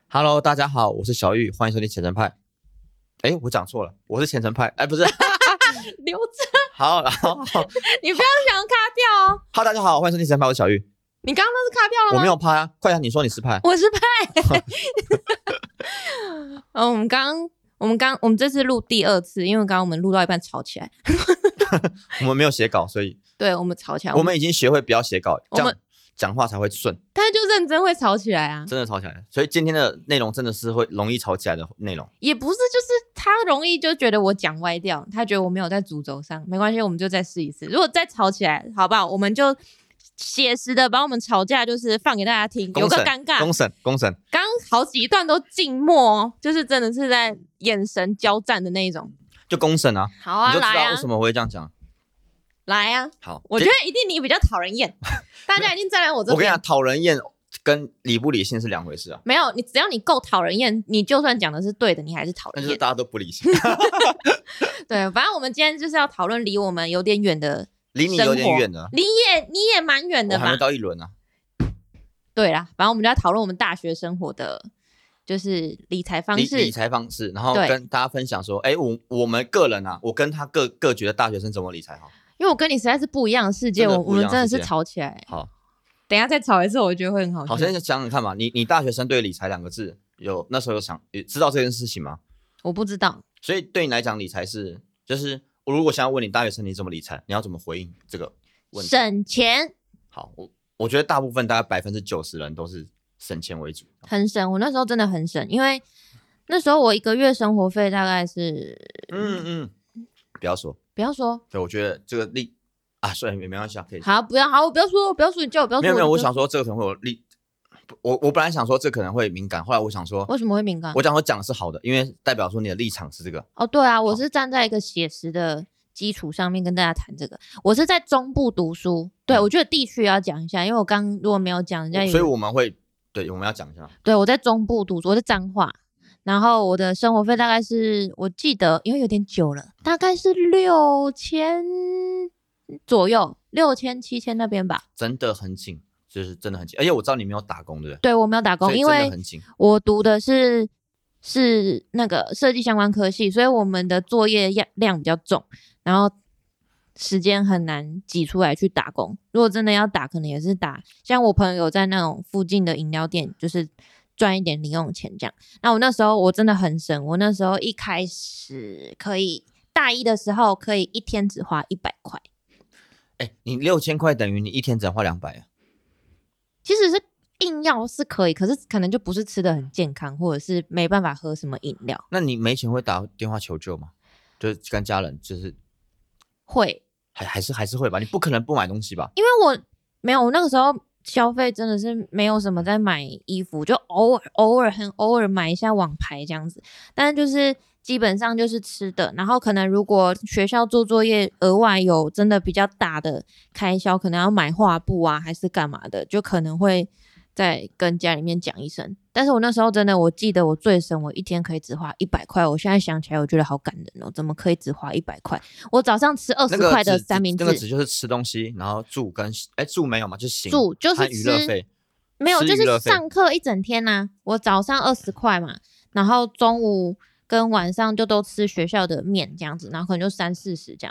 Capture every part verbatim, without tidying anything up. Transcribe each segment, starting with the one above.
Hello， 大家好，我是小玉，欢迎收听前程派。哎，我讲错了，我是前程派。哎，不是， 留着。 好，然后你不要想卡掉哦。 Hello， 大家好，欢迎收听前程派，我是小玉。 你刚刚那是卡掉了吗？ 我没有派啊，快点，你说你是派。 我是派。嗯，我们刚我们刚我们这次录第二次，因为刚刚我们录到一半吵起来。 我们没有写稿，所以对我们吵起来。 我们已经学会不要写稿，这样我们讲话才会顺。 但是就认真会吵起来啊， 真的吵起来，所以今天的内容真的是会容易吵起来的内容。 也不是，就是他容易就觉得我讲歪掉，他觉得我没有在主轴上，没关系，我们就再试一次。如果再吵起来，好不好？我们就写实的把我们吵架就是放给大家听，有个尴尬。 公审，公审。 刚好几段都静默，就是真的是在眼神交战的那一种。 就公审啊。 好啊， 你就知来啊， 道为什么我会这样讲。 来啊， 好， 我觉得一定你比较讨人厌，大家一定站在我这边。 我跟你讲，讨人厌跟理不理性是两回事啊。 没有，你只要你够讨人厌，你就算讲的是对的，你还是讨人厌。 但是大家都不理性。 对，反正我们今天就是要讨论离我们有点远的， 离你有点远的， 离也你也蛮远的吧？ 我还没到一轮啊。 对啦，反正我们就要讨论我们大学生活的，就是理财方式、 理, 理财方式，然后跟大家分享说，哎，我我们个人啊，我跟他各各觉得大学生怎么理财好。 因为我跟你实在是不一样的世界，我我们真的是吵起来。 好， 等一下再吵一次，我觉得会很好笑。 好，先想想看嘛，你你大学生对理财两个字有那时候有想知道这件事情吗？ 我不知道。 所以对你来讲，理财是就是我如果想要问你大学生你怎么理财，你要怎么回应这个问题？ 省钱。 好，我我觉得大部分大概百分之九十人都是省钱为主， 很省。我那时候真的很省，因为那时候我一个月生活费大概是， 嗯嗯，不要说。 不要说， 对，我觉得这个利啊，算了，没关系啊，可以。 好，不要好，我不要说，不要说，你叫我不要说。 没有没有，我想说这个可能会有利，我我本来想说这可能会敏感，后来我想说为什么会敏感？ 我讲我讲的是好的，因为代表说你的立场是这个。 哦，对啊，我是站在一个写实的基础上面跟大家谈这个。我是在中部读书，对、嗯、我觉得地区要讲一下，因为我刚如果没有讲，人家所以我们会对我们要讲一下。 对，我在中部读书，我是彰化。然后我的生活费大概是我记得，因为有点久了，大概是六千左右，六千七千那边吧。 真的很紧，就是真的很紧。而且我知道你没有打工，对不对？ 对，我没有打工，因为我读的是是那个设计相关科系，所以我们的作业量比较重，然后时间很难挤出来去打工。如果真的要打，可能也是打像我朋友有在那种附近的饮料店，就是赚一点零用钱这样。那我那时候我真的很省，我那时候一开始可以大一的时候可以一天只花一百块。 哎，你六千块等于你一天只能花两百啊？ 其实是硬要是可以，可是可能就不是吃的很健康，或者是没办法喝什么饮料。 那你没钱会打电话求救吗？就是跟家人就是会， 还还是还是会吧？你不可能不买东西吧？ 因为我没有，我那个时候消费真的是没有什么在买衣服，就偶尔偶尔很偶尔买一下网牌这样子，但是就是基本上就是吃的。然后可能如果学校做作业额外有真的比较大的开销，可能要买画布啊还是干嘛的，就可能会再跟家里面讲一声。但是我那时候真的，我记得我最省，我一天可以只花一百块。我现在想起来，我觉得好感人哦，怎么可以只花一百块？我早上吃二十块的三明治， 那个只就是吃东西，然后住跟哎住没有嘛，就是行住就是娱乐费， 没有就是上课一整天呐、啊。我早上二十块嘛，然后中午跟晚上就都吃学校的面这样子，然后可能就三四十这样。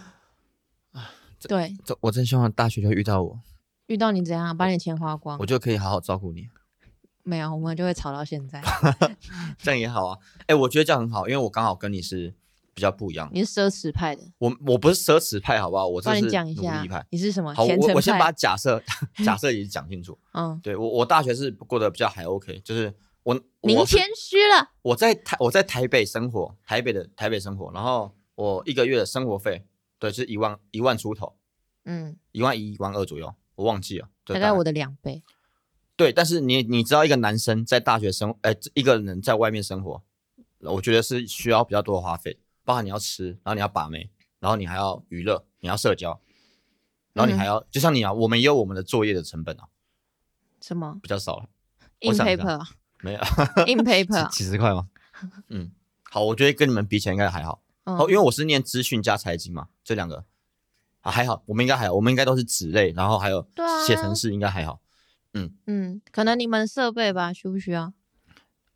对， 我真希望大学就遇到我， 遇到你怎样把你的钱花光， 我就可以好好照顾你。 没有，我们就会吵到现在。 这样也好啊，哎、欸，我觉得这样很好，因为我刚好跟你是比较不一样。 你是奢侈派的， 我我不是奢侈派，好不好？我这是努力派。 你是什么？ 好， 我我先把假设假设已经讲清楚。 嗯， 对我我大学是过得比较还 OK， 就是我您谦虚了。 我在台我在台北生活，台北的台北生活，然后我一个月的生活费，对，就是一万一万出头，嗯，一万一一万二左右，我忘记了， 大概我的两倍。 对，但是你你知道一个男生在大学生，哎、欸，一个人在外面生活，我觉得是需要比较多的花费，包含你要吃，然后你要把妹，然后你还要娱乐，你要社交，然后你还要、嗯、就像你啊，我们也有我们的作业的成本啊。 什么？ 比较少了。 In paper 没有。 In paper 几十块吗？嗯，好，我觉得跟你们比起来应该还好。嗯、哦，因为我是念资讯加财经嘛，这两个啊还好，我们应该还好，我们应该都是纸类，然后还有写程式应该还好。嗯嗯，可能你们设备吧，需不需要？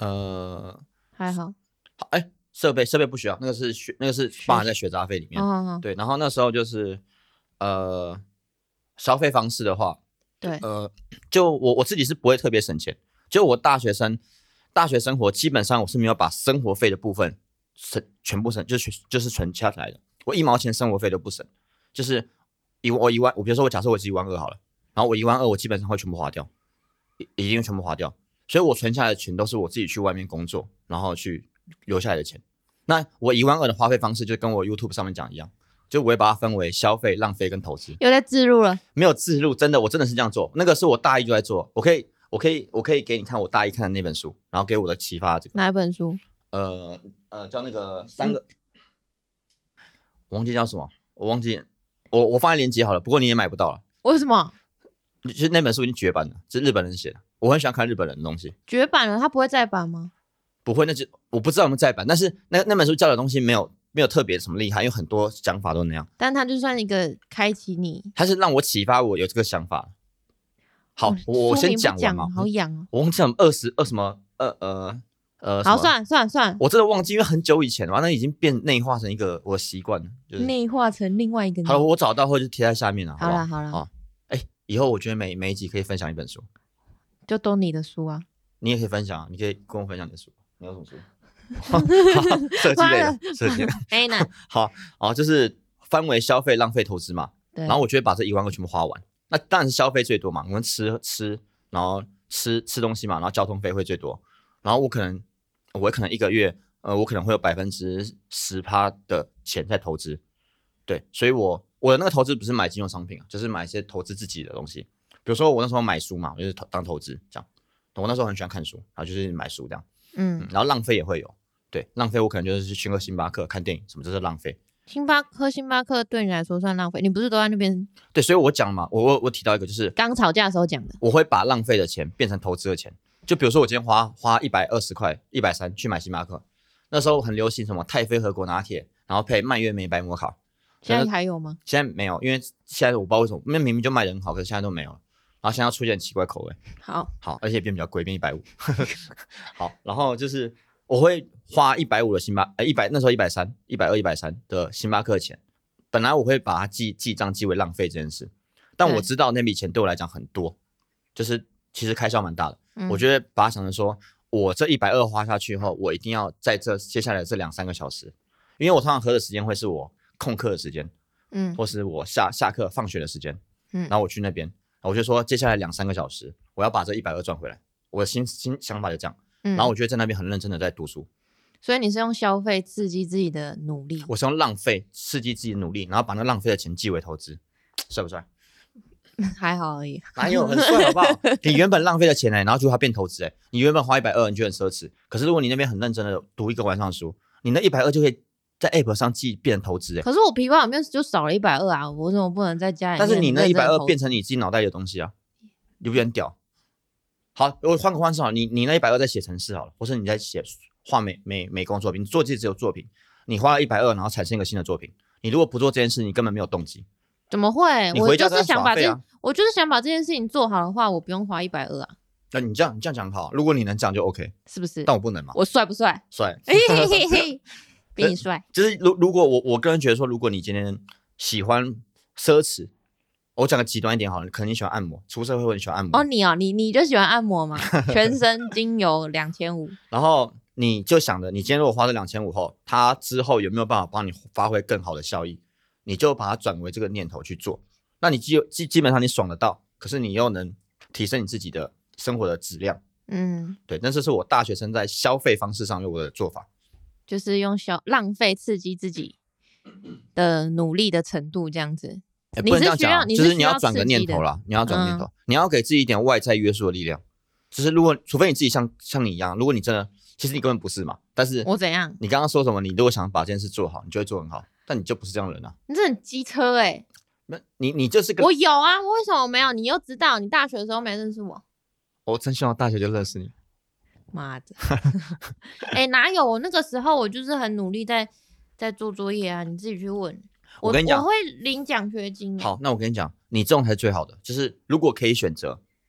呃， 还好。 好，哎、欸，设备设备不需要，那个是学那个是包含在学杂费里面。 哦， 对，然后那时候就是呃，消费方式的话， 对， 呃，就我我自己是不会特别省钱，就我大学生大学生活基本上我是没有把生活费的部分省全部省，就是就是存下来的，我一毛钱生活费都不省，就是一我一万，我比如说我假设我是一万二好了，然后我一万二我基本上会全部花掉，一定全部花掉，所以我存下来的钱都是我自己去外面工作，然后去留下来的钱。那我一万二的花费方式就跟我 YouTube 上面讲一样，就我会把它分为消费、浪费跟投资。 有在置入了？ 没有置入，真的，我真的是这样做。那个是我大一就在做，我可以，我可以，我可以给你看我大一看的那本书，然后给我的启发。这个哪一本书？ 呃呃，叫那个三个，嗯、我忘记叫什么，我忘记，我我放在链接好了，不过你也买不到了。 为什么？ 其实那本书已经绝版了，是日本人写的。我很喜欢看日本人的东西。 绝版了，它不会再版吗？ 不会，那就我不知道有没有再版，但是那那本书教的东西没有没有特别什么厉害，因为很多讲法都那样。 但它就算一个开启你， 它是让我启发我有这个想法。好， 哦、 我我先讲完嘛。 好痒哦！ 我忘记了二十二什么二呃呃， 好，算了算了算了， 我真的忘记，因为很久以前了，那已经变内化成一个我的习惯了，就是内化成另外一个。 好了，我找到后就贴在下面了。 好了好了， 好，哎、欸，以后我觉得每每一集可以分享一本书， 就都你的书啊。 你也可以分享，你可以跟我分享你的书。你有什么书？设计类的，设计。 哎呢， 好，好，就是分为消费、浪费、投资嘛。 对。 然后我就会把这一万个全部花完。那当然是消费最多嘛，我们吃吃，然后吃吃东西嘛，然后交通费会最多。然后我可能，我可能一个月，呃，我可能会有百分之十趴的钱在投资。对，所以我我的那个投资不是买金融商品啊，就是买一些投资自己的东西。比如说我那时候买书嘛，我就是当投资这样。我那时候很喜欢看书，然后就是买书这样。嗯，然后浪费也会有，对，浪费我可能就是去个星巴克看电影什么，这是浪费。 星巴克，星巴克对你来说算浪费？你不是都在那边？ 对，所以我讲嘛，我我我提到一个就是刚吵架的时候讲的， 我会把浪费的钱变成投资的钱。就比如说我今天花花一百二十块、一百三去买星巴克，那时候很流行什么太妃和果拿铁，然后配蔓越莓白摩卡。 现在还有吗？ 现在没有，因为现在我不知道为什么，那明明就卖得很好，可是现在都没有了。然后现在要出现奇怪口味， 好好，而且变比较贵，变一百五。好，然后就是我会花一百五的星巴，呃，一百那时候一百三、一百二、一百三的星巴克钱，本来我会把它记记账记为浪费这件事，但我知道那笔钱对我来讲很多，就是其实开销蛮大的。嗯、我觉得把它想成说，我这一百二花下去后，我一定要在这接下来这两三个小时，因为我通常喝的时间会是我空课的时间，嗯，或是我下下课放学的时间，嗯，然后我去那边。我就说接下来两三个小时，我要把这一百二赚回来。我的心心想法就这样，嗯，然后我就在那边很认真的在读书。 所以你是用消费刺激自己的努力？ 我是用浪费刺激自己的努力，然后把那浪费的钱记为投资，帅不帅？ 还好而已。 哪有很帅好不好？你原本浪费的钱哎，然后就它变投资哎，你原本花一百二，你觉得很奢侈，可是如果你那边很认真的读一个晚上的书，你那一百二就可以在 App 上记变成投资哎。 可是我皮包里面就少了一百二啊，我为什么不能在家里面？ 但是你那一百二变成你自己脑袋里的东西啊，你不觉得很屌？好，我换个方式好，你你那一百二在写程式好了，或是你在写画美美美工作品，你做自己只有作品，你花了一百二，然后产生一个新的作品，你如果不做这件事，你根本没有动机。 怎么会？ 你回家就是想把这， 啊、 我就是想把这件事情做好的话，我不用花一百二啊。 那你这样你这样讲好，如果你能这样就 OK， 是不是？ 但我不能嘛。 我帅不帅？ 帅。 嘿嘿嘿嘿，比你帅。 就是如如果我我个人觉得说，如果你今天喜欢奢侈，我讲个极端一点好了，可能你喜欢按摩，出社会会你喜欢按摩。 哦，你哦，你你就喜欢按摩嘛？全身精油两千五， 然后你就想着，你今天如果花这两千五后，它之后有没有办法帮你发挥更好的效益？你就把它转为这个念头去做。那你基基基本上你爽得到，可是你又能提升你自己的生活的质量。嗯，对，那这是我大学生在消费方式上有我的做法， 就是用消浪费刺激自己的努力的程度这样子。 欸、不能这样讲，就是你要转个念头啦，你要转个念头、嗯，你要给自己一点外在约束的力量。就是如果除非你自己像像你一样，如果你真的，其实你根本不是嘛。但是我怎样？ 你刚刚说什么？你如果想把这件事做好，你就会做很好。但你就不是这样的人啊！ 你这很机车哎、欸！ 你你就是个我有啊，我为什么没有？你又知道，你大学的时候没认识我。 我真希望大学就认识你。 妈的！哎、欸，哪有？我那个时候我就是很努力在在做作业啊，你自己去问。我, 我跟你讲， 我会领奖学金。 好，那我跟你讲，你这种才是最好的。就是如果可以选择，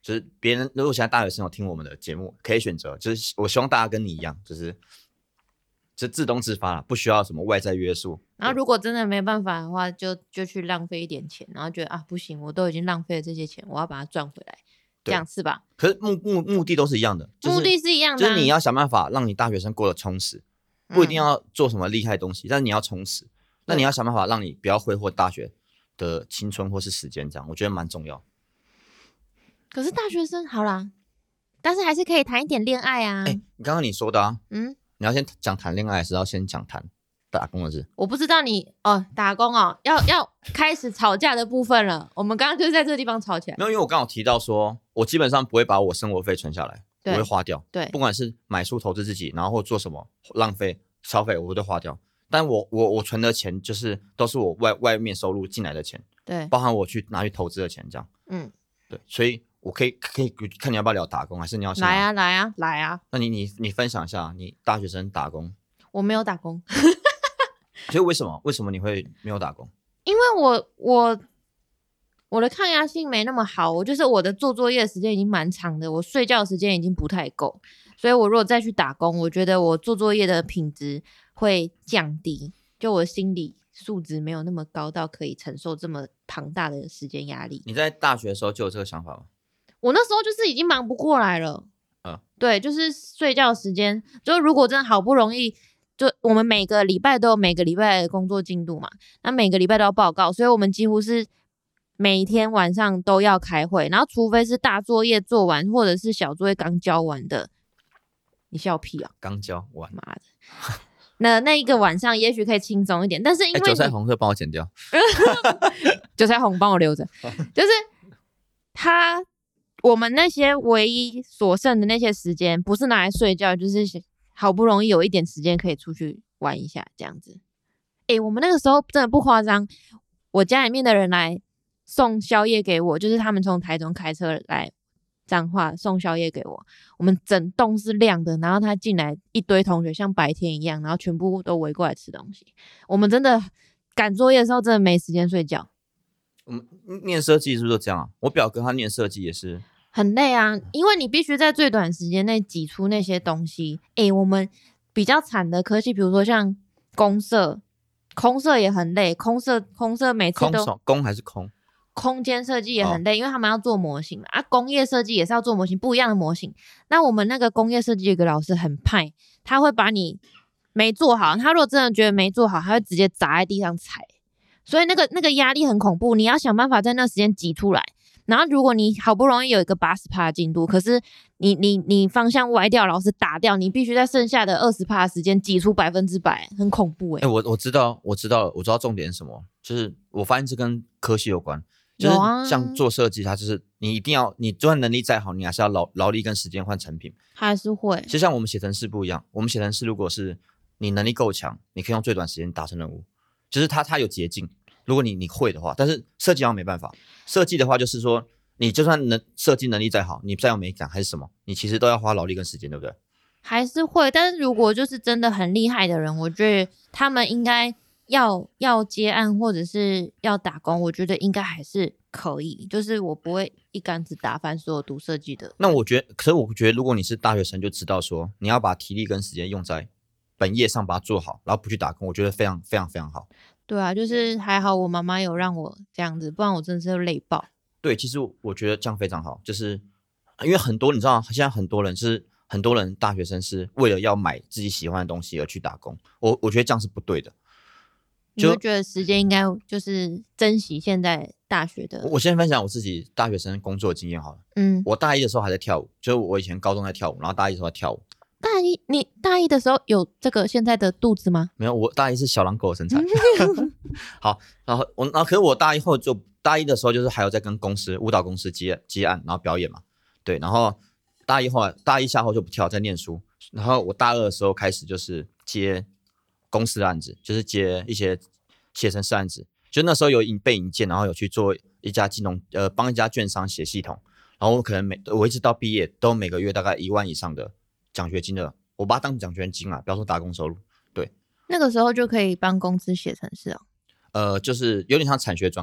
就是别人如果现在大学生有听我们的节目，可以选择，就是我希望大家跟你一样，就是就自动自发啦，不需要什么外在约束。 然后如果真的没办法的话，就就去浪费一点钱，然后觉得啊不行，我都已经浪费了这些钱，我要把它赚回来，这样是吧？ 可是目目目的都是一样的，就是、 目的是一样的、啊， 就是你要想办法让你大学生过得充实，不一定要做什么厉害的东西，嗯、但是你要充实。那你要想办法让你不要挥霍大学的青春或是时间，这样我觉得蛮重要。 可是大学生好啦，但是还是可以谈一点恋爱啊。 哎、欸，你刚刚你说的啊， 嗯， 你要先讲谈恋爱，还是要先讲谈打工的事？ 我不知道你哦，打工哦，要要开始吵架的部分了。我们刚刚就是在这个地方吵起来。 没有，因为我刚好提到说，我基本上不会把我生活费存下来，我会花掉。 对， 不管是买书投资自己，然后或做什么浪费消费，我都花掉。但我我我存的钱就是都是我外外面收入进来的钱， 对， 包含我去拿去投资的钱，这样。嗯，对，所以我可以可以看你要不要聊打工，还是你要先来啊来啊来啊？ 那你你你分享一下你大学生打工。 我没有打工。 所以为什么为什么你会没有打工？ 因为我我我的抗压性没那么好，我就是我的做作业的时间已经蛮长的，我睡觉的时间已经不太够，所以我如果再去打工，我觉得我做作业的品质会降低，就我的心理素质没有那么高到可以承受这么庞大的时间压力。 你在大学的时候就有这个想法吗？ 我那时候就是已经忙不过来了。 嗯， 对，就是睡觉时间，就如果真的好不容易，就我们每个礼拜都有每个礼拜的工作进度嘛，那每个礼拜都要报告，所以我们几乎是每天晚上都要开会，然后除非是大作业做完，或者是小作业刚交完的。你笑屁啊！ 刚交完， 妈的！那那一个晚上也许可以轻松一点，但是因为、欸、 韭菜红色帮我剪掉， 韭菜红帮我留着，就是他我们那些唯一所剩的那些时间，不是拿来睡觉，就是好不容易有一点时间可以出去玩一下这样子。哎、欸，我们那个时候真的不夸张，我家里面的人来送宵夜给我，就是他们从台中开车来彰化送宵夜给我，我们整栋是亮的，然后他进来一堆同学像白天一样，然后全部都围过来吃东西。我们真的赶作业的时候真的没时间睡觉。 我们念设计是不是都这样啊？我表哥他念设计也是很累啊，因为你必须在最短时间内挤出那些东西。诶，我们比较惨的科系，比如说像公社，空社也很累，空社空社每次都空空还是空， 空间设计也很累，哦、因为他们要做模型嘛。啊，工业设计也是要做模型，不一样的模型。那我们那个工业设计有个老师很派，他会把你没做好，他如果真的觉得没做好，他会直接砸在地上踩。所以那个那个压力很恐怖，你要想办法在那时间挤出来。然后如果你好不容易有一个 百分之八十 的进度，可是你你你方向歪掉，老师打掉，你必须在剩下的 百分之二十 的时间挤出百分之百，很恐怖哎、欸。 哎、欸，我我知道，我知道，我知道重点是什么，就是我发现这跟科系有关，就是像做设计，它就是你一定要，你就算能力再好，你还是要劳劳力跟时间换成品， 还是会。 其实像我们写程式不一样，我们写程式如果是你能力够强，你可以用最短时间达成任务，就是它它有捷径。如果你你会的话，但是设计好像没办法。设计的话，就是说你就算能设计能力再好，你再有美感还是什么，你其实都要花劳力跟时间，对不对？ 还是会，但是如果就是真的很厉害的人，我觉得他们应该要要接案或者是要打工，我觉得应该还是可以。就是我不会一竿子打翻所有读设计的。 那我觉得，可是我觉得，如果你是大学生，就知道说你要把体力跟时间用在本业上，把它做好，然后不去打工，我觉得非常非常非常好。 对啊，就是还好我妈妈有让我这样子，不然我真的是累爆。 对，其实我觉得这样非常好，就是因为很多你知道，现在很多人是很多人大学生是为了要买自己喜欢的东西而去打工，我我觉得这样是不对的。 你就觉得時間應該就是珍惜現在大學的。 我先分享我自己大學生工作的經驗好了。 嗯， 我大一的時候還在跳舞，就是我以前高中在跳舞，然後大一的時候在跳舞。 大一你大一的時候有這個現在的肚子嗎？ 沒有，我大一是小狼狗的身材。好，然後我，然後可是我大一後就大一的時候就是還有在跟公司舞蹈公司接接案，然後表演嘛。對，然後大一後大一下後就不跳，在念書。然後我大二的時候開始就是接公司的案子，就是接一些寫程式案子。就那時候有引被引薦，然後有去做一家金融呃幫一家券商寫系統，然後我可能每我一直到畢業都每個月大概一萬以上的獎學金的，我把它當獎學金啊，不要說打工收入。對， 那個時候就可以幫公司寫程式哦。 呃，就是有點像產學專案。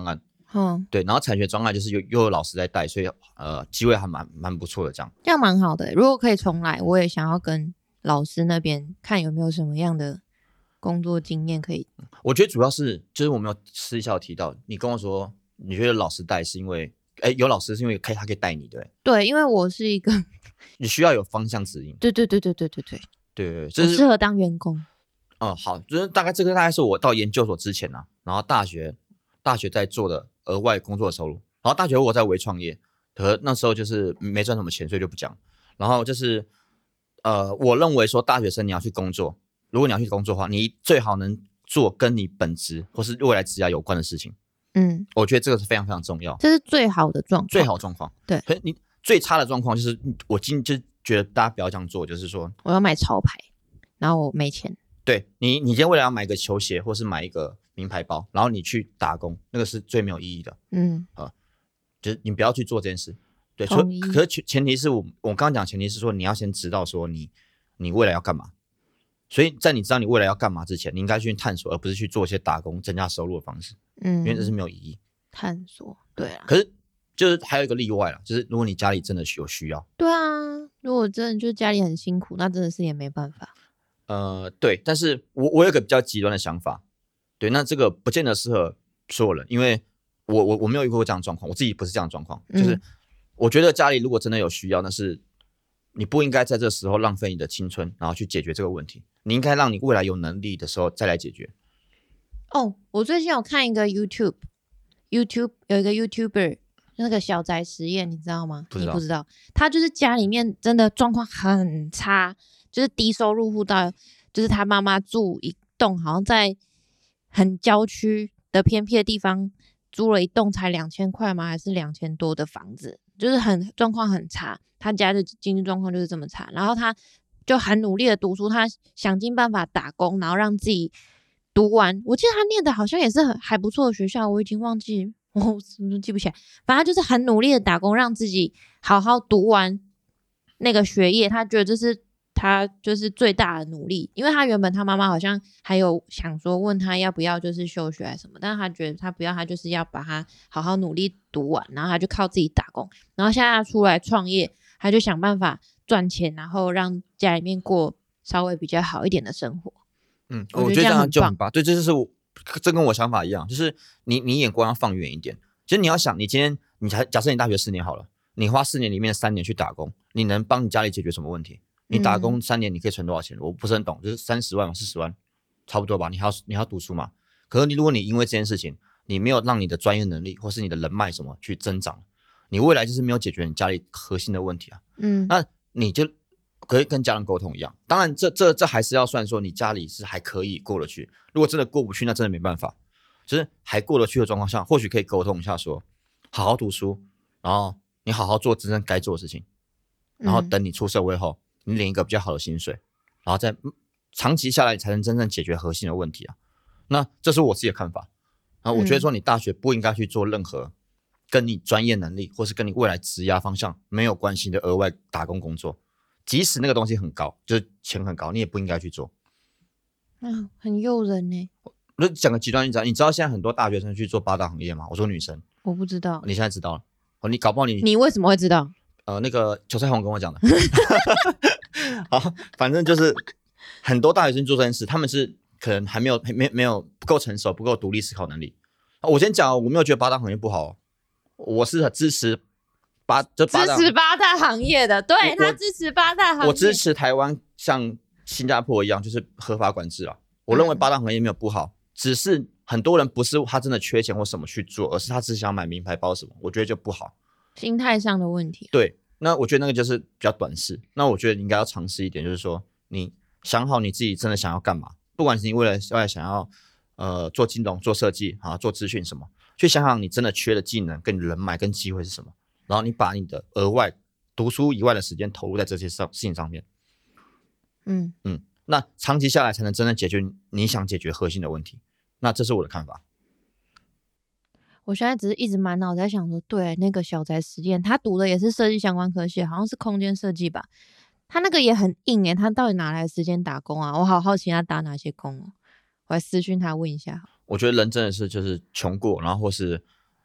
嗯， 对，然后产学专案就是有又有老师在带，所以呃机会还蛮蛮不错的这样。 这样蛮好的。如果可以重来，我也想要跟老师那边看有没有什么样的工作经验可以。 我觉得主要是就是我们有私下有提到，你跟我说你觉得老师带是因为，哎，有老师是因为可以他可以带你，对， 对，因为我是一个你需要有方向指引。 对对对对对对对， 对对，就是我适合当员工。 哦、嗯，好，就是大概这个大概是我到研究所之前啊，然后大学大学在做的额外工作的收入，然后大学我在微创业，可那时候就是没赚什么钱，所以就不讲。然后就是呃，我认为说大学生你要去工作，如果你要去工作的话，你最好能做跟你本职或是未来职业有关的事情。 嗯， 我觉得这个是非常非常重要， 这是最好的状况， 最好的状况。 对， 可是你最差的状况就是我今就觉得大家不要这样做，就是说我要买潮牌，然后我没钱。 对你，你今天为了要买一个球鞋或是买一个名牌包，然后你去打工，那个是最没有意义的。 嗯， 啊，就是你不要去做这件事。对， 同意。 可是前提是我我刚刚讲前提是说你要先知道说你你未来要干嘛，所以在你知道你未来要干嘛之前，你应该去探索，而不是去做一些打工增加收入的方式。嗯，因为这是没有意义。 探索，对啊。 可是就是还有一个例外啦，就是如果你家里真的有需要。 对啊，如果真的就是家里很辛苦，那真的是也没办法。 呃，对，但是我我有一个比较极端的想法，对，那这个不见得适合所有人，因为我我我没有遇过这样的状况，我自己不是这样的状况， 嗯、 就是我觉得家里如果真的有需要，那是你不应该在这时候浪费你的青春，然后去解决这个问题，你应该让你未来有能力的时候再来解决。 哦，我最近有看一个 YouTube，YouTube 有一个 YouTuber。那个小宅实验你知道吗？ 不知道。 你不知道，他就是家里面真的状况很差，就是低收入户到，就是他妈妈住一栋好像在很郊区的偏僻的地方租了一栋才两千块吗？还是两千多的房子，就是很状况很差，他家的经济状况就是这么差，然后他就很努力的读书，他想尽办法打工，然后让自己读完。我记得他念的好像也是很还不错的学校，我已经忘记。我记不起来，反正就是很努力的打工，让自己好好读完那个学业。他觉得这是他就是最大的努力，因为他原本他妈妈好像还有想说问他要不要就是休学还是什么，但是他觉得他不要，他就是要把他好好努力读完，然后他就靠自己打工，然后现在他出来创业，他就想办法赚钱，然后让家里面过稍微比较好一点的生活。 嗯，我觉得这样就很棒。对，这就是我。这跟我想法一样，就是你你眼光要放远一点。其实你要想，你今天你假设你大学四年好了，你花四年里面三年去打工，你能帮你家里解决什么问题？你打工三年你可以存多少钱？嗯、我不是很懂，就是三十万、四十万，差不多吧。你还要你还要读书嘛？可是你如果你因为这件事情，你没有让你的专业能力或是你的人脉什么去增长，你未来就是没有解决你家里核心的问题啊。嗯，那你就可以跟家人沟通一样。当然这，这这这还是要算说你家里是还可以过得去。如果真的过不去，那真的没办法。就是还过得去的状况下，或许可以沟通一下说，好好读书，然后你好好做真正该做的事情，然后等你出社会后，你领一个比较好的薪水，然后再长期下来，你才能真正解决核心的问题啊。那这是我自己的看法。然后我觉得说，你大学不应该去做任何跟你专业能力或是跟你未来职业方向没有关系的额外打工工作，即使那个东西很高，就是钱很高，你也不应该去做。 啊，很诱人呢。 我就讲个极端例子，你知道现在很多大学生去做八大行业吗？我说女生， 我不知道。 你现在知道了？哦，你搞不好你你为什么会知道？ 呃，那个邱彩虹跟我讲的。好，反正就是很多大学生做这件事，他们是可能还没有没没有不够成熟，不够独立思考能力。我先讲，我没有觉得八大行业不好、哦，我是很支持八就八大支持八大行业的，对他支持八大行业， 我支持台湾像新加坡一样，就是合法管制啊。我认为八大行业没有不好。嗯，只是很多人不是他真的缺钱或什么去做，而是他只想买名牌包什么，我觉得就不好， 心态上的问题。 对，那我觉得那个就是比较短视。那我觉得你应该要尝试一点，就是说你想好你自己真的想要干嘛，不管是你未来未来想要呃做金融、做设计啊、做资讯什么，去想想你真的缺的技能、跟你人脉、跟机会是什么，然后你把你的额外读书以外的时间投入在这些事情上面。嗯嗯，那长期下来才能真正解决你想解决核心的问题。那这是我的看法。 我现在只是一直满脑在想说，对，那个小宅实验，他读的也是设计相关科系，好像是空间设计吧。他那个也很硬诶，他到底哪来的时间打工啊？我好好奇他打哪些工哦，我来私讯他问一下。 我觉得人真的是就是穷过，然后或是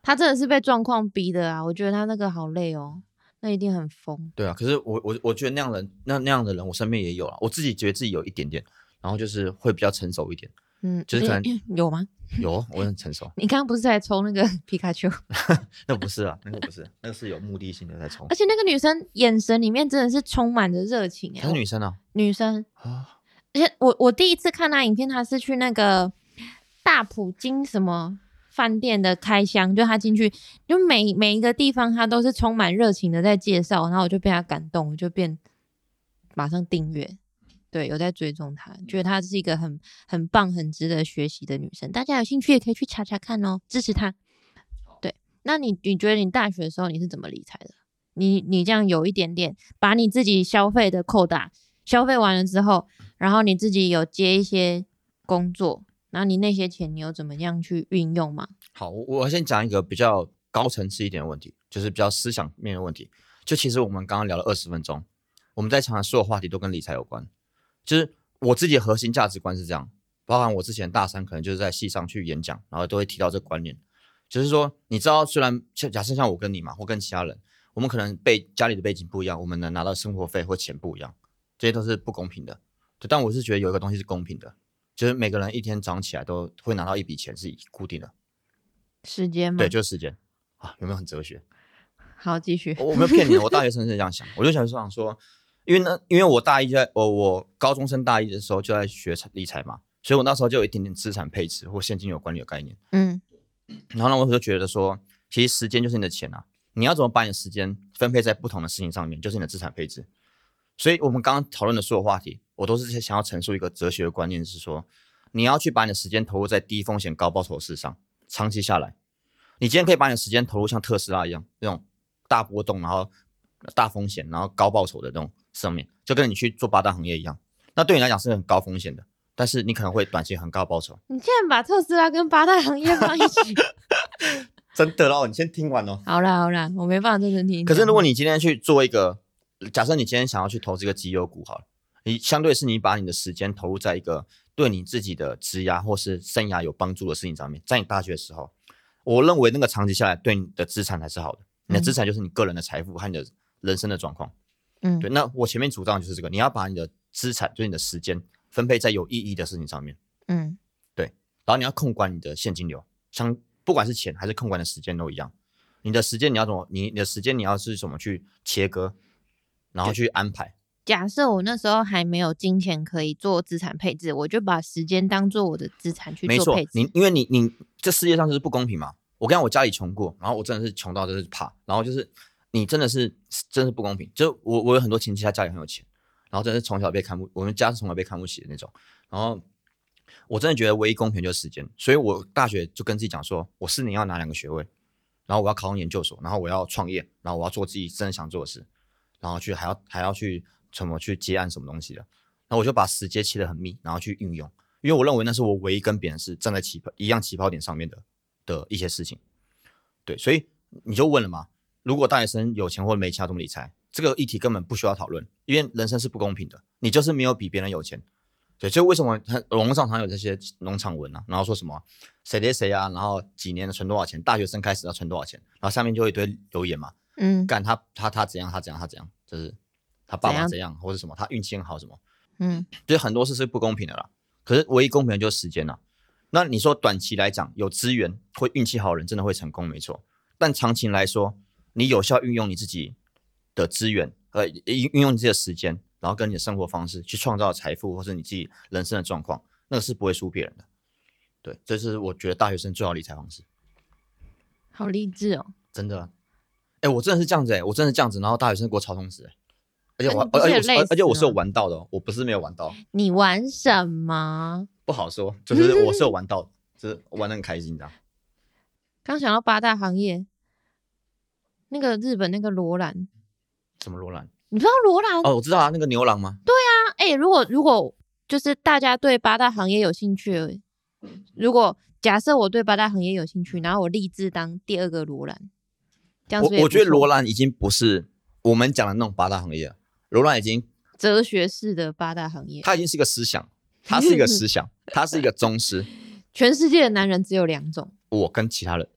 他真的是被状况逼的啊！我觉得他那个好累哦，那一定很疯。 对啊，可是我我我觉得那样的那那样的人，我身边也有啊。我自己觉得自己有一点点，然后就是会比较成熟一点。 嗯， 就是可能有吗？ 有，我很成熟。 你刚刚不是在抽那个皮卡丘？ 那不是啊，那个不是，那个是有目的性的在抽。 而且那个女生眼神里面真的是充满着热情哎。 她是女生啊？ 女生啊！ 而且我我第一次看她影片，她是去那个大埔金什么饭店的开箱，就她进去，就每每一个地方她都是充满热情的在介绍，然后我就被她感动，我就变马上订阅。对，有在追踪她，觉得她是一个很很棒、很值得学习的女生。大家有兴趣也可以去查查看哦，支持她。对，那你你觉得你大学的时候你是怎么理财的？你你这样有一点点把你自己消费的扣打消费完了之后，然后你自己有接一些工作，然后你那些钱你有怎么样去运用吗？ 好，我我先讲一个比较高层次一点的问题，就是比较思想面的问题。就其实我们刚刚聊了二十分钟，我们在讲的所有话题都跟理财有关。就是我自己的核心价值观是这样，包含我之前大三可能就是在系上去演讲，然后都会提到这个观念，就是说你知道，虽然假设像我跟你嘛，或跟其他人，我们可能背家里的背景不一样，我们能拿到生活费或钱不一样，这些都是不公平的。对，但我是觉得有一个东西是公平的，就是每个人一天早上起来都会拿到一笔钱是固定的。 时间吗？ 对，就是时间啊，有没有很哲学？ 好，继续。 我没有骗你，我大学生是这样想，我就想想说。因为呢，因为我大一在，我我高中升大一的时候就在学理财嘛，所以我那时候就有一点点资产配置或现金流管理的概念。 嗯， 然后呢，我就觉得说，其实时间就是你的钱啊，你要怎么把你的时间分配在不同的事情上面，就是你的资产配置。所以我们刚刚讨论的所有话题，我都是想要陈述一个哲学的观念，是说，你要去把你的时间投入在低风险高报酬的事上，长期下来，你今天可以把你的时间投入像特斯拉一样那种大波动，然后大风险，然后高报酬的那种。上面就跟你去做八大行业一样，那对你来讲是很高风险的，但是你可能会短期很高报酬。 你竟然把特斯拉跟八大行业放一起， 真的咯，你先听完哦。 好啦好啦，我没办法认真听。 可是如果你今天去做一个，假设你今天想要去投资一个绩优股好了，你相对是你把你的时间投入在一个对你自己的职涯或是生涯有帮助的事情上面，在你大学的时候，我认为那个长期下来对你的资产才是好的。你的资产就是你个人的财富和你的人生的状况。嗯，对，那我前面主张的就是这个，你要把你的资产，就是你的时间分配在有意义的事情上面。嗯，对，然后你要控管你的现金流，像不管是钱还是控管的时间都一样。你的时间你要怎么，你你的时间你要是怎么去切割，然后去安排。 假设我那时候还没有金钱可以做资产配置，我就把时间当做我的资产去做配置。 没错，你因为你你这世界上就是不公平嘛。我跟你讲，我家里穷过，然后我真的是穷到就是怕，然后就是。你真的是真的是不公平，就我我有很多亲戚，他家里很有钱，然后真的是从小被看不，我们家是从小被看不起的那种。然后我真的觉得唯一公平就是时间，所以我大学就跟自己讲说，我四年要拿两个学位，然后我要考上研究所，然后我要创业，然后我要做自己真的想做的事，然后去还要还要去怎么去接案什么东西的。然后我就把时间切得很密，然后去运用，因为我认为那是我唯一跟别人是站在起跑一样起跑点上面的的一些事情。对，所以你就问了嘛。如果大学生有钱或没钱要怎么理财，这个议题根本不需要讨论，因为人生是不公平的，你就是没有比别人有钱。对，所以为什么网络上常有这些农场文啊，然后说什么谁谁谁啊，然后几年存多少钱，大学生开始要存多少钱，然后下面就会一堆留言嘛，嗯，干他他他怎样他怎样他怎样，就是他爸爸怎样或者什么，他运气很好什么，嗯，就是很多事是不公平的啦。可是唯一公平的就是时间啦。那你说短期来讲有资源会运气好的人真的会成功，没错，但长期来说。你有效运用你自己的资源，呃，运用你自己的时间，然后跟你的生活方式去创造财富，或是你自己人生的状况，那个是不会输别人的。对，这是我觉得大学生最好的理财方式。 好励志哦！ 真的，哎、欸，我真的是这样子哎、欸，我真的是这样子，然后大学生给我超充实哎、欸，而且我，而且我，而且我是有玩到的、哦，我不是没有玩到。 你玩什么？ 不好说，就是我是有玩到的，就是玩得很开心这样。 刚想到八大行业。那个日本那个罗兰， 什么罗兰？ 你不知道罗兰？ 哦，我知道啊，那个牛郎吗？ 对啊，哎、欸，如果如果就是大家对八大行业有兴趣，如果假设我对八大行业有兴趣，然后我立志当第二个罗兰，这样子我我觉得罗兰已经不是我们讲的那种八大行业了，罗兰已经哲学式的八大行业， 它已经是一个思想，它是一个思想，它是一个宗师。 全世界的男人只有两种， 我跟其他人。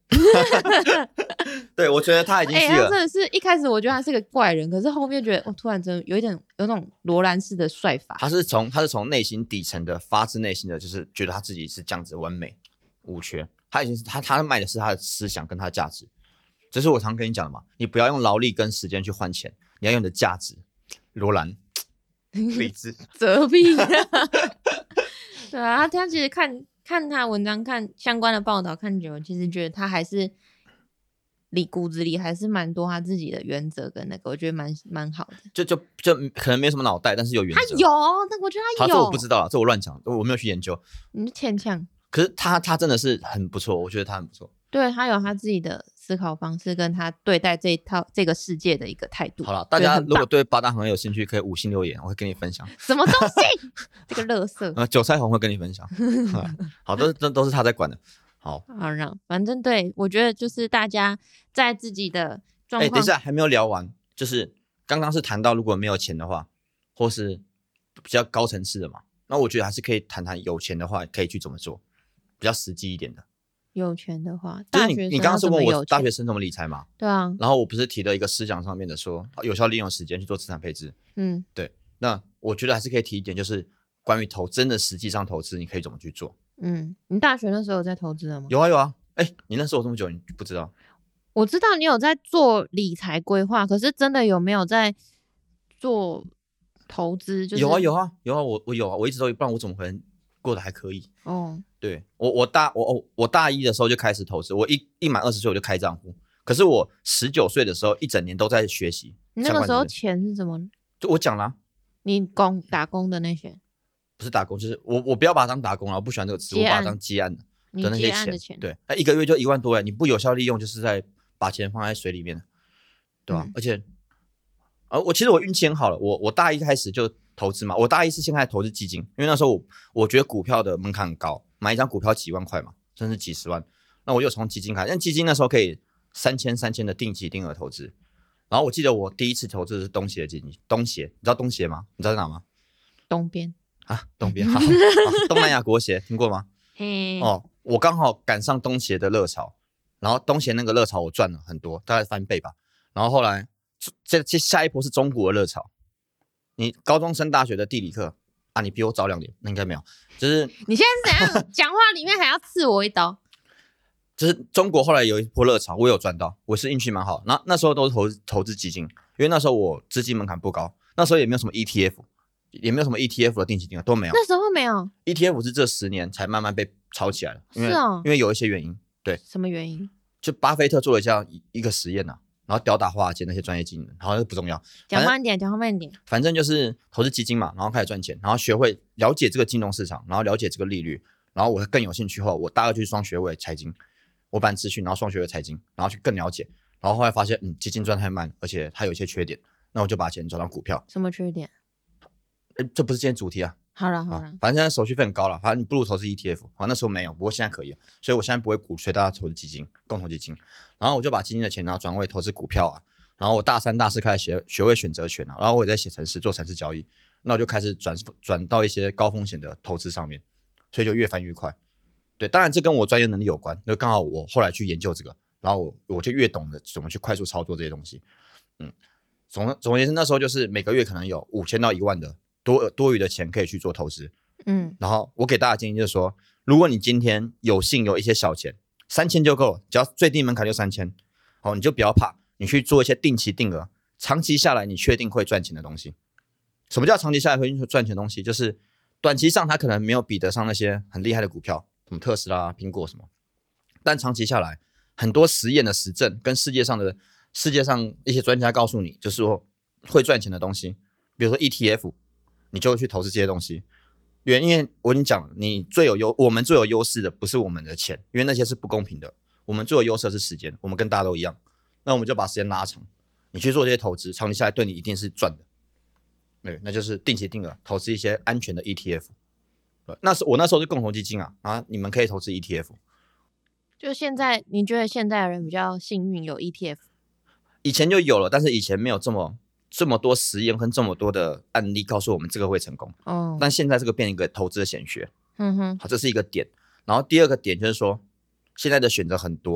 对，我觉得他已经哎、 是了。 欸他真的是一开始我觉得他是个怪人，可是后面觉得我、哦、突然真的有一点有那种罗兰式的帅法。 他是从他是从内心底层的发自内心的，就是觉得他自己是这样子完美无缺。他已经是他他卖的是他的思想跟他的价值。这是我常跟你讲的嘛，你不要用劳力跟时间去换钱，你要用你的价值。罗兰，理智， 折屁。对啊，他他其实看看他文章，看相关的报道看久了，其实觉得他还是里骨子里还是蛮多他自己的原则跟那个，我觉得蛮蛮好的。 就就就可能没什么脑袋，但是有原则。 他有，那我觉得他有。 好，这我不知道了，这我乱讲，我没有去研究。 你是欠呛。 可是他他真的是很不错，我觉得他很不错。 对，他有他自己的思考方式，跟他对待这一套这个世界的一个态度。 好了，大家如果对八大行有兴趣，可以五星留言，我会跟你分享。 什么东西？这个垃圾。 呃，韭菜红会跟你分享。好，都都都是他在管的。好， 好让，反正对我觉得就是大家在自己的状况。哎， 等一下还没有聊完，就是刚刚是谈到如果没有钱的话，或是比较高层次的嘛，那我觉得还是可以谈谈有钱的话可以去怎么做，比较实际一点的。 有钱的话， 就是你你刚刚是问我大学生怎么理财嘛？ 对啊。 然后我不是提了一个思想上面的说，有效利用时间去做资产配置。 嗯， 对。那我觉得还是可以提一点，就是关于投真的实际上投资，你可以怎么去做？ 嗯，你大学那时候有在投资了吗？ 有啊有啊。哎，你认识我这么久，你不知道？ 我知道你有在做理财规划，可是真的有没有在做投资？就是有啊有啊有啊，我我有啊，我一直都，不然我怎么可能过得还可以？ 哦， 对，我我大我我我大一的时候就开始投资，我一一满二十岁我就开账户。可是我十九岁的时候一整年都在学习。 你那个时候钱是怎么？ 就我讲啦、啊， 你工打工的那些， 不是打工，就是我我不要把它当打工了，我不喜欢这个词，我把它当接案的的那些钱。 钱对，那一个月就一万多哎，你不有效利用，就是在把钱放在水里面，对吧、啊嗯？而且，呃，我其实我运气很好了，我我大一开始就投资嘛，我大一是先开始投资基金，因为那时候我我觉得股票的门槛很高，买一张股票几万块嘛，甚至几十万，那我就从基金开始，但基金那时候可以三千三千的定期定额投资。然后我记得我第一次投资的是东协的基金，东协，你知道东协吗？你知道在哪吗？ 东边啊，东边，好，好东南亚国协听过吗？ 嘿， 哦，我刚好赶上东协的热潮，然后东协那个热潮我赚了很多，大概翻倍吧。然后后来这这下一波是中国的热潮，你高中升大学的地理课啊，你比我早两年，那应该没有，就是你现在是怎样讲话里面还要刺我一刀？ 就是中国后来有一波热潮，我有赚到，我是运气蛮好。那那时候都是投投资基金，因为那时候我资金门槛不高，那时候也没有什么 E T F， 也没有什么 E T F 的定期定额都没有。 那时候没有 E T F 是这十年才慢慢被炒起来的，因为是哦， 因为有一些原因。对， 什么原因？ 就巴菲特做了这样一个实验呐、啊，然后吊打华尔街那些专业经理人，好像不重要， 讲慢点，讲慢点。 反正就是投资基金嘛，然后开始赚钱，然后学会了解这个金融市场，然后了解这个利率，然后我更有兴趣后，我大二就是双学位财经。我办资讯，然后双学位财经，然后去更了解，然后后来发现，嗯，基金赚太慢，而且它有一些缺点，那我就把钱转到股票。 什么缺点？ 欸、这不是今天主题啊。 好了好了， 反正现在手续费很高了，反正你不如投资 E T F。好，那时候没有，不过现在可以了，所以我现在不会鼓吹大家投资基金、共同基金。然后我就把基金的钱然后转为投资股票啊。然后我大三、大四开始学学会选择权啊，然后我也在写程式做程式交易，那我就开始转转到一些高风险的投资上面，所以就越翻越快。对，当然这跟我专业能力有关，就刚好我后来去研究这个，然后我我就越懂得怎么去快速操作这些东西。嗯，总总而言之，那时候就是每个月可能有五千到一万的多多余的钱可以去做投资。 嗯， 然后我给大家建议就是说，如果你今天有幸有一些小钱，三千就够了，只要最低门槛就三千，好，你就不要怕，你去做一些定期定额，长期下来你确定会赚钱的东西。什么叫长期下来会赚钱的东西？就是短期上它可能没有比得上那些很厉害的股票。什么特斯拉、苹果什么，但长期下来，很多实验的实证跟世界上的世界上一些专家告诉你，就是说会赚钱的东西，比如说 E T F， 你就会去投资这些东西。因为我跟你讲，你最有优，我们最有优势的不是我们的钱，因为那些是不公平的。我们最有优势的是时间，我们跟大家都一样，那我们就把时间拉长，你去做这些投资，长期下来对你一定是赚的。对，那就是定期定额投资一些安全的 E T F。那是我那时候是共同基金啊，啊，你们可以投资 E T F。 就现在，你觉得现在的人比较幸运有 E T F？ 以前就有了，但是以前没有这么这么多实验跟这么多的案例告诉我们这个会成功。 哦， 但现在这个变成一个投资的显学。 嗯哼， 好，这是一个点。然后第二个点就是说，现在的选择很多，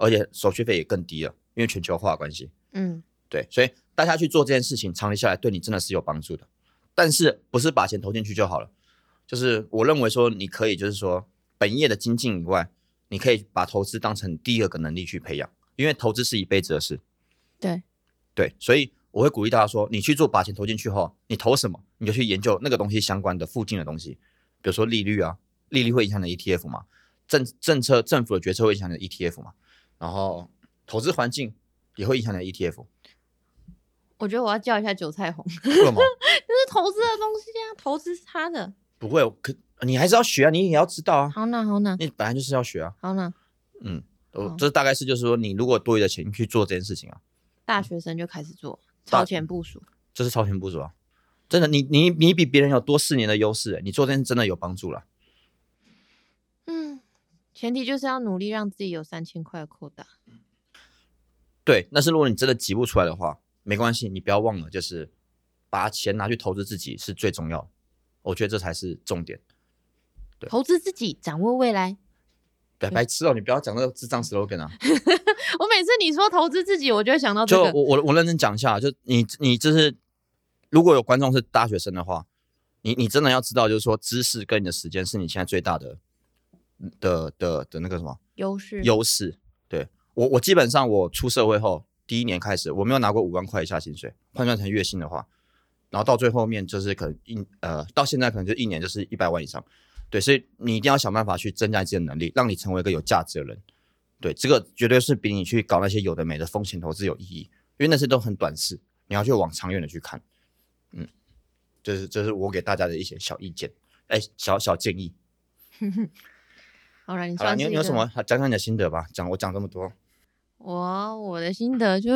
而且手续费也更低了，因为全球化的关系。 嗯， 对，所以大家去做这件事情，长期下来对你真的是有帮助的。但是不是把钱投进去就好了？就是我认为说，你可以就是说，本业的精进以外，你可以把投资当成第二个能力去培养，因为投资是一辈子的事。 对对，所以我会鼓励大家说，你去做把钱投进去后，你投什么，你就去研究那个东西相关的附近的东西，比如说利率啊，利率会影响你的 E T F 嘛，政政策政府的决策会影响你的 E T F 嘛，然后投资环境也会影响你的 E T F。 我觉得我要叫一下韭菜红， 为什么？ 就是投资的东西啊，投资是他的。 不会，可你还是要学啊，你也要知道啊。 好呢，好呢， 你本来就是要学啊。 好呢。 嗯，我这大概是就是说，你如果多余的钱去做这件事情啊， 大学生就开始做超前部署， 这是超前部署啊！真的，你你你比别人有多四年的优势，你做这件真的有帮助了。 嗯，前提就是要努力让自己有三千块的扣打。 对，那是如果你真的挤不出来的话，没关系，你不要忘了，就是把钱拿去投资自己是最重要的。我觉得这才是重点。对， 投资自己，掌握未来。 白白痴哦，你不要讲那个智障 slogan 啊！ 我每次你说投资自己，我就会想到这个。 就我我我认真讲一下，就你你就是如果有观众是大学生的话，你你真的要知道，就是说知识跟你的时间是你现在最大的的的的那个什么优势优势。对，我我基本上我出社会后第一年开始，我没有拿过五万块以下薪水，换算成月薪的话，然后到最后面就是可能一呃到现在可能就一年就是一百万以上。对，所以你一定要想办法去增加自己的能力，让你成为一个有价值的人。对，这个绝对是比你去搞那些有的没的风险投资有意义，因为那些都很短视，你要去往长远的去看。嗯，这是这是我给大家的一些小意见，哎，小小建议。 好了，你好了，你有你有什么讲讲你的心得吧？讲我讲这么多， 我我的心得就是，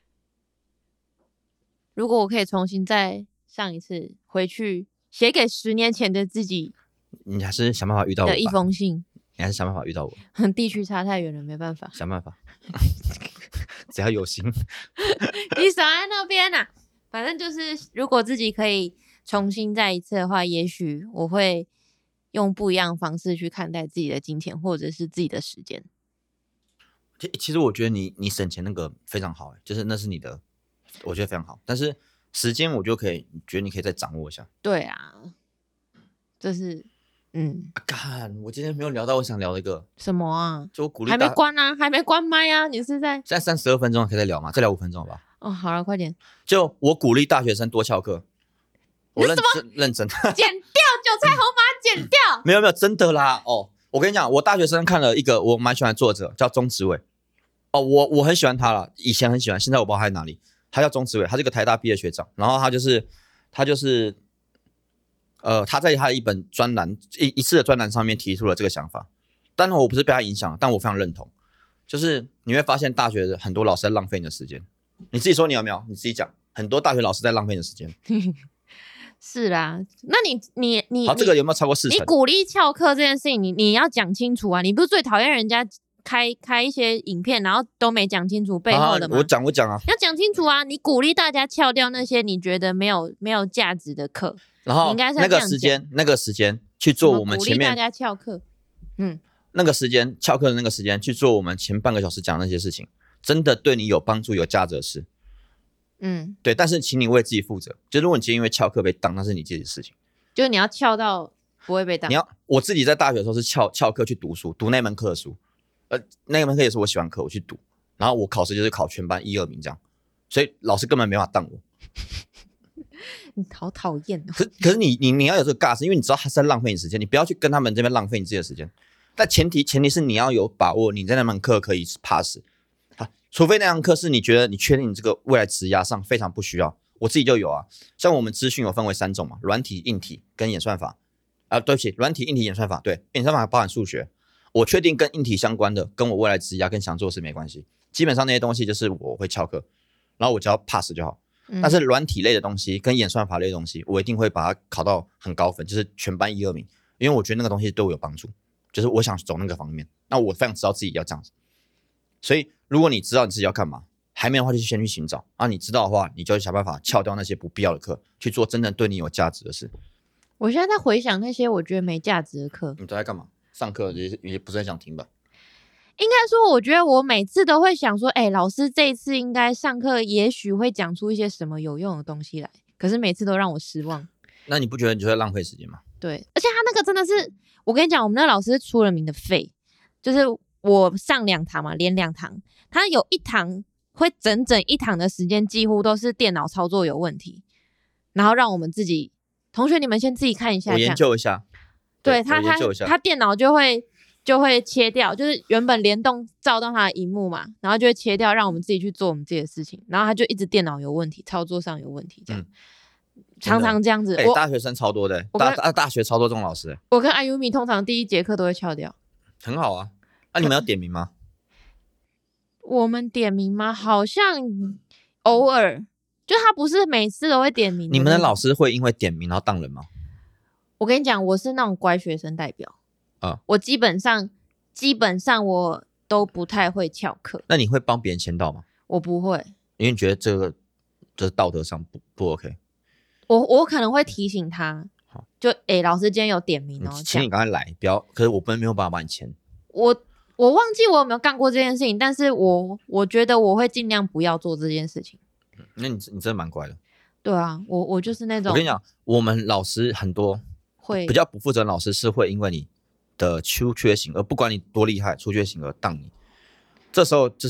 如果我可以重新再上一次回去写给十年前的自己， 你还是想办法遇到我吧。 的一封信。 你还是想办法遇到我。 地区差太远了，没办法。 想办法，只要有心。 你少在那边啊！反正就是，如果自己可以重新再一次的话，也许我会用不一样的方式去看待自己的金钱，或者是自己的时间。 其实我觉得你你省钱那个非常好，就是那是你的，我觉得非常好。但是时间我就可以觉得你可以再掌握一下。 对啊，这是嗯， 干、啊，我今天没有聊到我想聊的一个什么啊？ 就我鼓励还没关啊，还没关麦啊！你是在现在三十二分钟可以再聊吗？再聊五分钟好不好？ 哦，好了，快点。 就我鼓励大学生多翘课，我认真认真。 剪掉韭菜红把它剪掉。 没有没有，真的啦哦！我跟你讲，我大学生看了一个我蛮喜欢的作者，叫钟子伟。哦，我我很喜欢他了，以前很喜欢，现在我不知道他在哪里。他叫钟子伟，他是个台大毕业学长，然后他就是他就是。呃，他在他的一本专栏一一次的专栏上面提出了这个想法，当然我不是被他影响，但我非常认同。就是你会发现大学的很多老师在浪费你的时间，你自己说你有没有？你自己讲，很多大学老师在浪费你的时间。 是啦，那你你你好，这个有没有超过四成？ 你鼓励翘课这件事情，你你要讲清楚啊！你不是最讨厌人家开开一些影片，然后都没讲清楚背后的吗？ 啊、我讲我讲啊， 要讲清楚啊！你鼓励大家翘掉那些你觉得没有没有价值的课。 然后那个时间，那个时间去做我们前面鼓励大家翘课，嗯， 那个时间翘课的那个时间去做我们前半个小时讲的那些事情，真的对你有帮助、有价值的事， 嗯， 对。但是请你为自己负责，就如果你今天因为翘课被当，那是你自己的事情， 就是你要翘到不会被当。 你要我自己在大学的时候是翘翘课去读书，读那门课的书，呃，那门课也是我喜欢课，我去读，然后我考试就是考全班一二名这样，所以老师根本没法当我。 你好讨厌哦！ 可是可是你你你要有这个尬，是因为你知道他是在浪费你时间，你不要去跟他们这边浪费你自己的时间。但前提前提是你要有把握，你在那门课可以 pass。好，除非那堂课是你觉得你确定你这个未来职涯上非常不需要。我自己就有啊，像我们资讯有分为三种嘛，软体、硬体跟演算法。啊，对不起，软体、硬体、演算法，对，演算法包含数学。我确定跟硬体相关的，跟我未来职涯跟想做的事没关系。基本上那些东西就是我会翘课，然后我只要 pass 就好。但是软体类的东西跟演算法类的东西，我一定会把它考到很高分，就是全班一二名，因为我觉得那个东西对我有帮助，就是我想走那个方面。那我非常知道自己要这样子，所以如果你知道你自己要干嘛，还没有的话就先去寻找啊。你知道的话，你就想办法翘掉那些不必要的课，去做真正对你有价值的事。 我现在在回想那些我觉得没价值的课， 你都在干嘛？上课也也不是很想听吧？ 应该说，我觉得我每次都会想说，哎、欸，老师这一次应该上课，也许会讲出一些什么有用的东西来，可是每次都让我失望。 那你不觉得你就会浪费时间吗？ 对，而且他那个真的是，我跟你讲，我们那个老师是出了名的废，就是我上两堂嘛，连两堂，他有一堂会整整一堂的时间几乎都是电脑操作有问题，然后让我们自己同学你们先自己看一下， 我研究一下。 对他他他电脑就会就会切掉，就是原本联动照到他的荧幕嘛，然后就会切掉，让我们自己去做我们自己的事情，然后他就一直电脑有问题，操作上有问题这样。嗯，常常这样子。 欸、我大学生超多的、欸，大大大学超多这种老师、欸。 我跟 Ayumi 通常第一节课都会翘掉。 很好啊。那、啊、你们要点名吗？ 我们点名吗？好像偶尔，就他不是每次都会点名的。 你们的老师会因为点名然后当人吗？ 我跟你讲，我是那种乖学生代表啊， 我基本上基本上我都不太会翘课。 那你会帮别人签到吗？ 我不会， 因为你觉得这个就是道德上不不 OK。 我我可能会提醒他，就哎、欸，老师今天有点名哦， 请你赶快来，不要。可是我不能没有办法帮你签。 我我忘记我有没有干过这件事情，但是我我觉得我会尽量不要做这件事情。 嗯、那你你真的蛮乖的。 对啊，我我就是那种。 我跟你讲，我们老师很多会比较不负责任，老师是会因为你的出缺型而不管你多厉害，出缺型而当你。这时候就是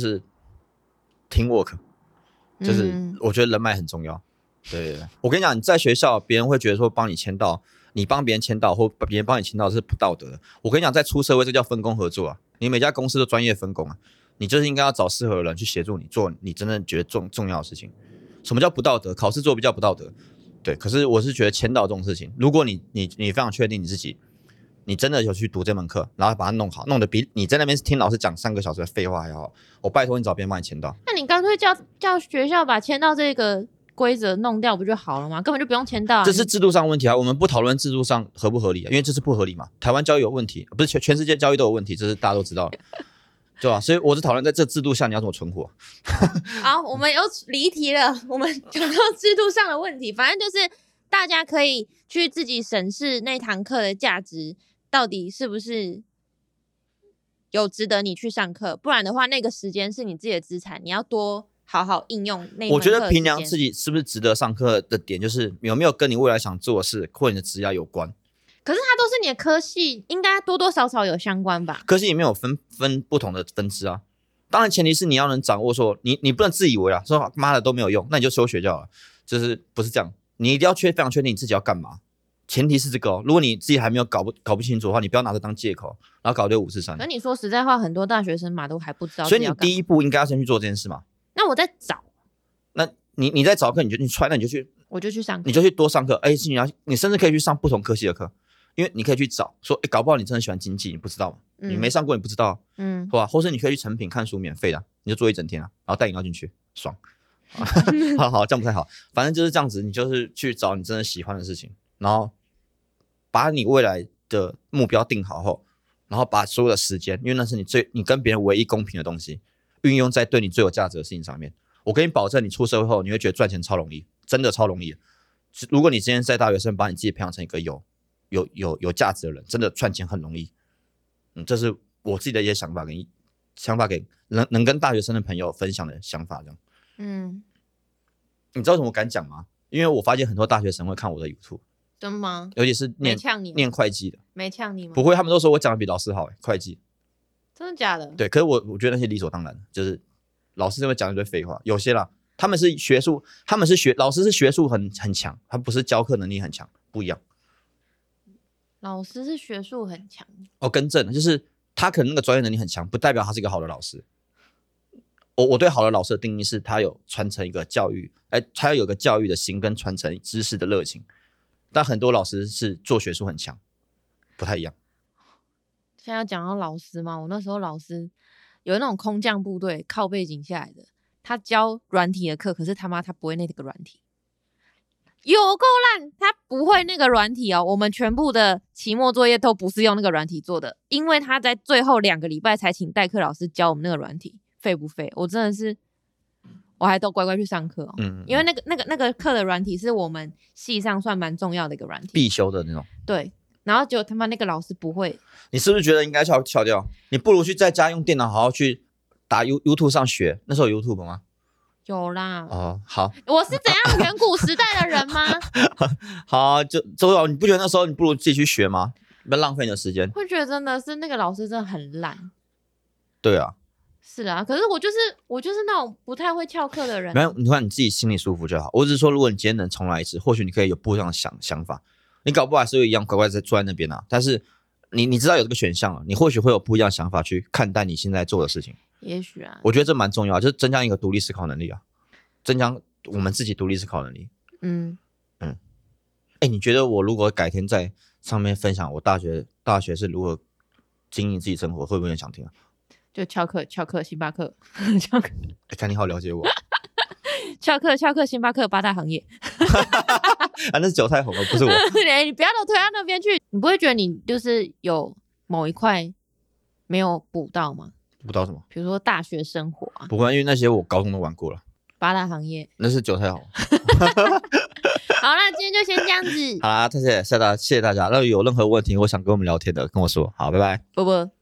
teamwork， 就是我觉得人脉很重要。嗯、对对对，我跟你讲，你在学校别人会觉得说帮你签到，你帮别人签到或别人帮你签到是不道德的。我跟你讲，在出社会这叫分工合作啊，你每家公司都专业分工啊，你就是应该要找适合的人去协助你做你真的觉得重重要的事情。什么叫不道德？考试作弊叫不道德。对，可是我是觉得签到这种事情，如果你你你非常确定你自己，你真的有去读这门课，然后把它弄好，弄得比你在那边听老师讲三个小时的废话还好，我拜托你找别人帮你签到。 那你干脆叫叫学校把签到这个规则弄掉不就好了吗？根本就不用签到、啊。 这是制度上问题啊，我们不讨论制度上合不合理、啊，因为这是不合理嘛。台湾教育有问题，不是全全世界教育都有问题，这是大家都知道的。对吧？所以我是讨论在这制度下你要怎么存活。 好，我们又离题了，我们讲到制度上的问题，反正就是大家可以去自己审视那堂课的价值到底是不是有值得你去上课，不然的话那个时间是你自己的资产，你要多好好应用那一门课的时间。 我觉得评量自己是不是值得上课的点，就是有没有跟你未来想做的事或你的职业有关。 可是它都是你的科系，应该多多少少有相关吧？ 科系里面有分分不同的分支啊，当然前提是你要能掌握说，你你不能自以为啊，说妈的都没有用，那你就休学就好了，就是不是这样，你一定要确非常确定你自己要干嘛，前提是这个哦。如果你自己还没有搞不搞不清楚的话，你不要拿这当借口，然后搞对五四三。 可你说实在话，很多大学生嘛都还不知道， 所以你第一步应该要先去做这件事嘛。 那我在找， 那你你在找课，你就你出来，那你就去， 我就去上课， 你就去多上课，哎，你要你甚至可以去上不同科系的课。因为你可以去找说，哎，搞不好你真的喜欢经济，你不知道嘛、嗯？你没上过，你不知道，嗯，是吧？或是你可以去成品看书，免费的，你就坐一整天啊，然后带饮料进去，爽。好好，这样不太好，反正就是这样子，你就是去找你真的喜欢的事情，然后把你未来的目标定好后，然后把所有的时间，因为那是你最你跟别人唯一公平的东西，运用在对你最有价值的事情上面。我跟你保证，你出社会后，你会觉得赚钱超容易，真的超容易。如果你今天在大学生，把你自己培养成一个有有有有价值的人，真的赚钱很容易。嗯，这是我自己的一些想法跟想法给能能跟大学生的朋友分享的想法，这样。嗯，你知道为什么我敢讲吗？因为我发现很多大学生会看我的 YouTube。 真吗？ 尤其是念念会计的。 没呛你吗？ 不会，他们都说我讲的比老师好、欸，会计。 真的假的？ 对，可是我我觉得那些理所当然，就是老师会讲一堆废话，有些啦。他们是学术，他们是学老师是学术很很强，他不是教课能力很强，不一样。 老师是学术很强哦，更正，就是他可能那个专业能力很强，不代表他是一个好的老师。我我对好的老师的定义是，他有传承一个教育，哎，他要有个教育的心跟传承知识的热情。但很多老师是做学术很强，不太一样。 现在要讲到老师嘛，我那时候老师有那种空降部队靠背景下来的。他教软体的课，可是他妈他不会那个软体，有够烂，他不会那个软体哦。我们全部的期末作业都不是用那个软体做的，因为他在最后两个礼拜才请代课老师教我们那个软体，废不废？我真的是，我还都乖乖去上课哦。嗯，因为那个那个那个课的软体是我们系上算蛮重要的一个软体， 必修的那种。 对， 然后结果他妈那个老师不会。 你是不是觉得应该翘翘掉？你不如去在家用电脑好好去打 U YouTube 上学。那时候有 YouTube 吗？ 有啦。 哦，好。 我是怎样远古时代的人吗？ 好，就周老，你不觉得那时候你不如自己去学吗？不要浪费你的时间。 会觉得真的是那个老师真的很烂。 对啊。 是啊，可是我就是我就是那种不太会翘课的人。 没有，你看你自己心里舒服就好。我只是说，如果你今天能重来一次，或许你可以有不一样的想想法。你搞不好还是会一样乖乖在坐在那边啊。但是你你知道有这个选项了，你或许会有不一样的想法去看待你现在做的事情。 也许啊， 我觉得这蛮重要，就是增加一个独立思考能力啊，增加我们自己独立思考能力。 嗯嗯。哎，你觉得我如果改天在上面分享我大学大学是如何经营自己生活，会不会很想听啊？ 就翘课翘课星巴克翘课。 哎，看你好了解我。 翘课翘课星巴克八大行业。 啊，那是韭菜红了，不是我。 欸、你不要都推到那边去，你不会觉得你就是有某一块没有补到吗？ 补到什么？ 比如说大学生活啊。 不会，因为那些我高中都玩过了。 八大行业那是韭菜红。 好，那今天就先这样子。 好啦，谢谢谢大谢谢大家。那有任何问题或想跟我们聊天的，跟我说。好，拜拜。 啵啵。